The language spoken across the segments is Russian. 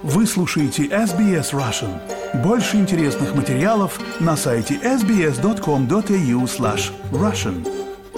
Вы слушаете SBS Russian. Больше интересных материалов на сайте sbs.com.au/russian.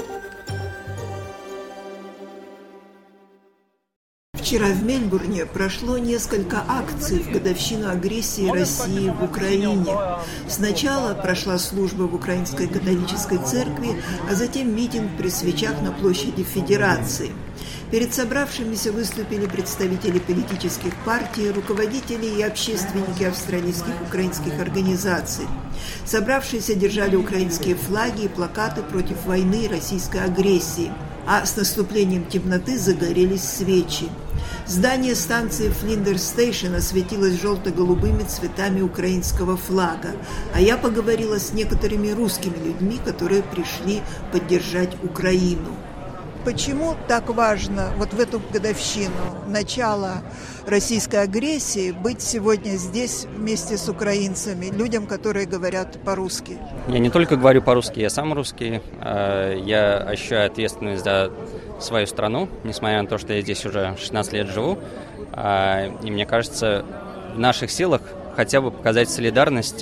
Вчера в Мельбурне прошло несколько акций в годовщину агрессии России в Украине. Сначала прошла служба в Украинской католической церкви, а затем митинг при свечах на площади Федерации. Перед собравшимися выступили представители политических партий, руководители и общественники австралийских украинских организаций. Собравшиеся держали украинские флаги и плакаты против войны и российской агрессии, а с наступлением темноты загорелись свечи. Здание станции Флиндерс Стейшн осветилось желто-голубыми цветами украинского флага, а я поговорила с некоторыми русскими людьми, которые пришли поддержать Украину. Почему так важно вот в эту годовщину начала российской агрессии быть сегодня здесь вместе с украинцами, людям, которые говорят по-русски? Я не только говорю по-русски, я сам русский. Я ощущаю ответственность за свою страну, несмотря на то, что я здесь уже 16 лет живу. И мне кажется, в наших силах хотя бы показать солидарность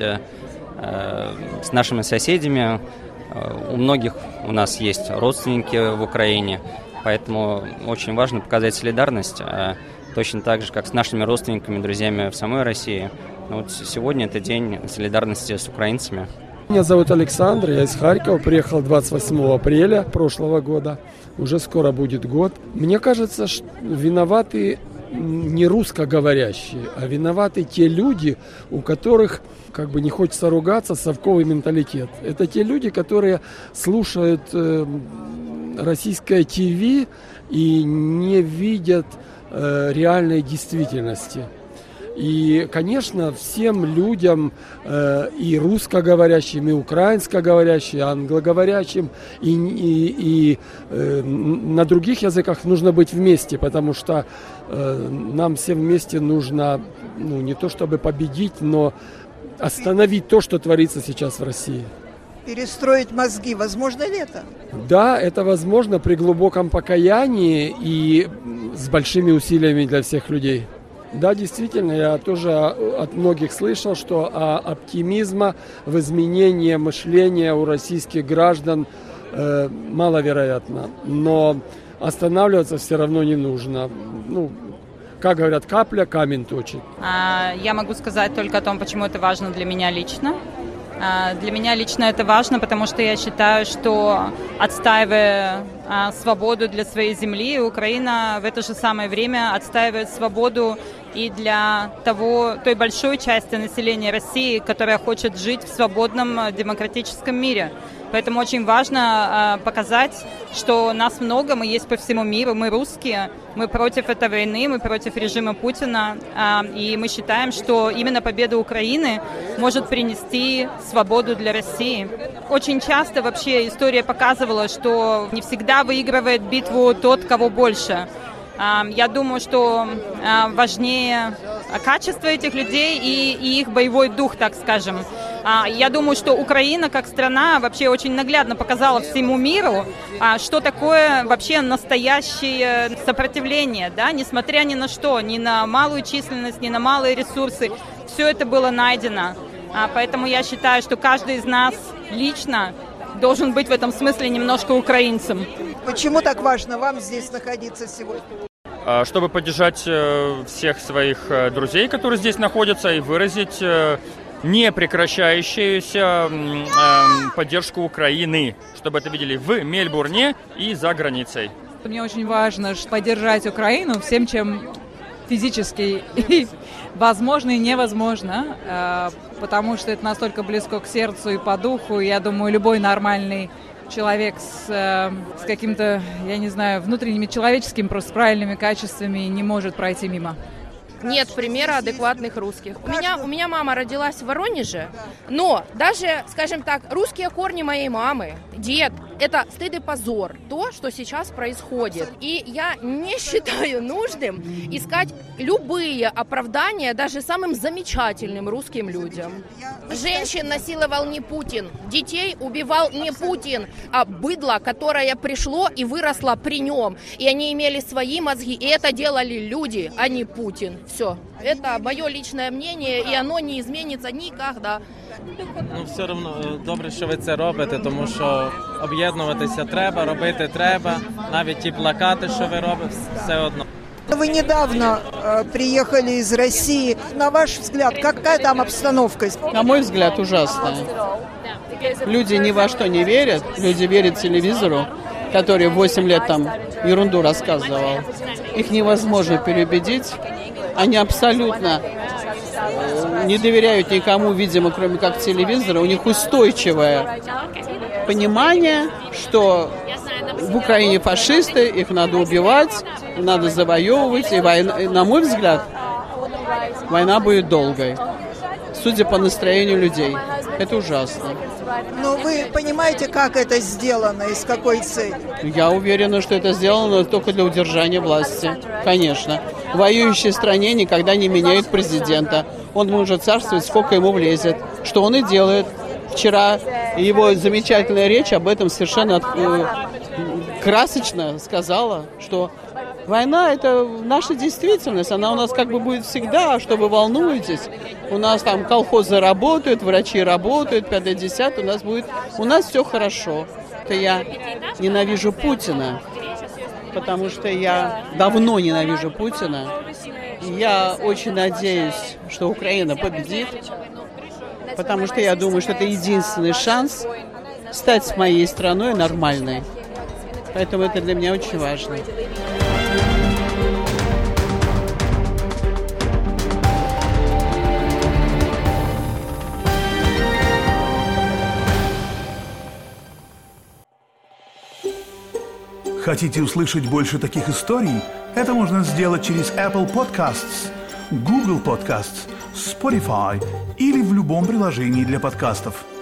с нашими соседями. У многих у нас есть родственники в Украине, поэтому очень важно показать солидарность, точно так же, как с нашими родственниками, друзьями в самой России. Но вот сегодня это день солидарности с украинцами. Меня зовут Александр, я из Харькова, приехал 28 апреля прошлого года, уже скоро будет год. Мне кажется, что виноваты не русскоговорящие, а виноваты те люди, у которых, как бы не хочется ругаться, совковый менталитет. Это те люди, которые слушают российское ТВ и не видят реальной действительности. И, конечно, всем людям, и русскоговорящим, и украинскоговорящим, и англоговорящим, и на других языках нужно быть вместе, потому что нам всем вместе нужно, не то чтобы победить, но остановить то, что творится сейчас в России. Перестроить мозги, возможно ли это? Да, это возможно при глубоком покаянии и с большими усилиями для всех людей. Да, действительно, я тоже от многих слышал, что оптимизма в изменении мышления у российских граждан маловероятно. Но останавливаться все равно не нужно. Как говорят, капля камень точит. Я могу сказать только о том, почему это важно для меня лично. Для меня лично это важно, потому что я считаю, что отстаивая свободу для своей земли, Украина в это же самое время отстаивает свободу и для той большой части населения России, которая хочет жить в свободном демократическом мире. Поэтому очень важно показать, что нас много, мы есть по всему миру, мы русские, мы против этой войны, мы против режима Путина, и мы считаем, что именно победа Украины может принести свободу для России. Очень часто вообще история показывала, что не всегда выигрывает битву тот, кого больше. Я думаю, что важнее качество этих людей и их боевой дух, так скажем. Я думаю, что Украина как страна вообще очень наглядно показала всему миру, что такое вообще настоящее сопротивление, да, несмотря ни на что, ни на малую численность, ни на малые ресурсы, все это было найдено. Поэтому я считаю, что каждый из нас лично должен быть в этом смысле немножко украинцем. Почему так важно вам здесь находиться сегодня? Чтобы поддержать всех своих друзей, которые здесь находятся, и выразить непрекращающуюся поддержку Украины, чтобы это видели в Мельбурне и за границей. Мне очень важно поддержать Украину всем, чем физически и возможно и невозможно, потому что это настолько близко к сердцу и по духу. Я думаю, любой нормальный человек с каким-то, я не знаю, внутренними человеческими, просто правильными качествами не может пройти мимо. Нет примера адекватных русских. У меня мама родилась в Воронеже, но даже, скажем так, русские корни моей мамы, дед, Это стыд и позор, то, что сейчас происходит. И я не считаю нужным искать любые оправдания даже самым замечательным русским людям. Женщин насиловал не Путин, детей убивал не Путин, а быдло, которое пришло и выросло при нем. И они имели свои мозги, и это делали люди, а не Путин. Все. Это мое личное мнение, и оно не изменится никогда. Ну, все одно добре, що ви це робите, тому що об'єднуватися треба, робити треба, навіть ті плакати, що ви робите, все одно. Вы недавно приехали из России. На ваш взгляд, какая там обстановка? На мой взгляд, ужасная. Люди ни во что не верят. Люди верят телевизору, который 8 лет там ерунду рассказывал. Их невозможно переубедить. Они абсолютно не доверяют никому, видимо, кроме как телевизора. У них устойчивое понимание, что в Украине фашисты, их надо убивать, надо завоевывать. И война, на мой взгляд, война будет долгой. Судя по настроению людей. Это ужасно. Но вы понимаете, как это сделано и с какой целью? Я уверена, что это сделано только для удержания власти. Конечно. В воюющей стране никогда не меняют президента. Он может царствовать, сколько ему влезет. Что он и делает. Вчера его замечательная речь об этом совершенно красочно сказала, что война – это наша действительность, она у нас как бы будет всегда, что вы волнуетесь. У нас там колхозы работают, врачи работают, 5-10, у нас все хорошо. Это я ненавижу Путина, потому что я давно ненавижу Путина. И я очень надеюсь, что Украина победит, потому что я думаю, что это единственный шанс стать моей страной нормальной. Поэтому это для меня очень важно. Хотите услышать больше таких историй? Это можно сделать через Apple Podcasts, Google Podcasts, Spotify или в любом приложении для подкастов.